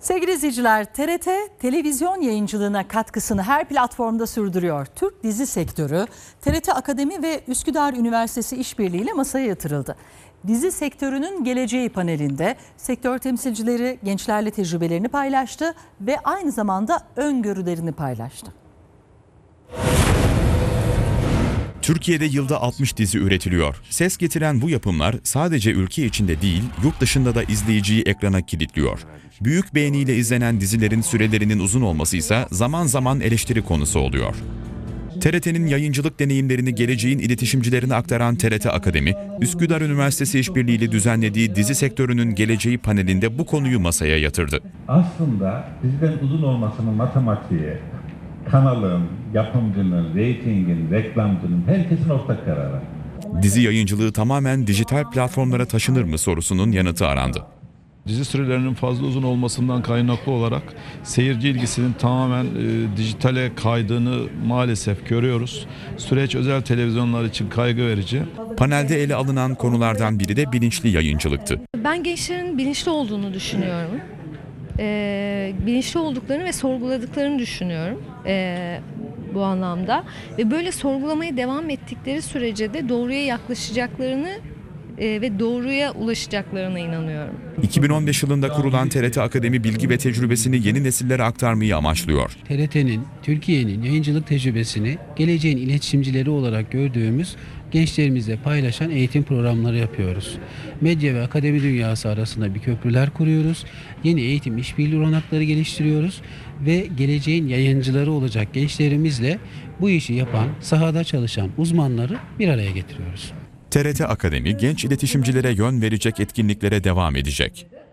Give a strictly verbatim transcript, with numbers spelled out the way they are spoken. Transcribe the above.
Sevgili izleyiciler, T R T televizyon yayıncılığına katkısını her platformda sürdürüyor. Türk dizi sektörü, T R T Akademi ve Üsküdar Üniversitesi işbirliğiyle masaya yatırıldı. Dizi sektörünün geleceği panelinde sektör temsilcileri gençlerle tecrübelerini paylaştı ve aynı zamanda öngörülerini paylaştı. Türkiye'de yılda altmış dizi üretiliyor. Ses getiren bu yapımlar sadece ülke içinde değil, yurt dışında da izleyiciyi ekrana kilitliyor. Büyük beğeniyle izlenen dizilerin sürelerinin uzun olması ise zaman zaman eleştiri konusu oluyor. T R T'nin yayıncılık deneyimlerini geleceğin iletişimcilerine aktaran T R T Akademi, Üsküdar Üniversitesi işbirliğiyle düzenlediği dizi sektörünün geleceği panelinde bu konuyu masaya yatırdı. Aslında dizilerin uzun olmasının matematiği, kanalın, yapımcının, reytingin, reklamcının, herkesin ortak kararı. Dizi yayıncılığı tamamen dijital platformlara taşınır mı sorusunun yanıtı arandı. Dizi sürelerinin fazla uzun olmasından kaynaklı olarak seyirci ilgisinin tamamen e, dijitale kaydığını maalesef görüyoruz. Süreç özel televizyonlar için kaygı verici. Panelde ele alınan konulardan biri de bilinçli yayıncılıktı. Ben gençlerin bilinçli olduğunu düşünüyorum. Ee, bilinçli olduklarını ve sorguladıklarını düşünüyorum ee, bu anlamda. Ve böyle sorgulamaya devam ettikleri sürece de doğruya yaklaşacaklarını e, ve doğruya ulaşacaklarına inanıyorum. iki bin on beş yılında kurulan T R T Akademi bilgi ve tecrübesini yeni nesillere aktarmayı amaçlıyor. T R T'nin, Türkiye'nin yayıncılık tecrübesini geleceğin iletişimcileri olarak gördüğümüz gençlerimizle paylaşan eğitim programları yapıyoruz. Medya ve akademi dünyası arasında bir köprüler kuruyoruz. Yeni eğitim işbirliği olanakları geliştiriyoruz ve geleceğin yayıncıları olacak gençlerimizle bu işi yapan, sahada çalışan uzmanları bir araya getiriyoruz. T R T Akademi genç iletişimcilere yön verecek etkinliklere devam edecek.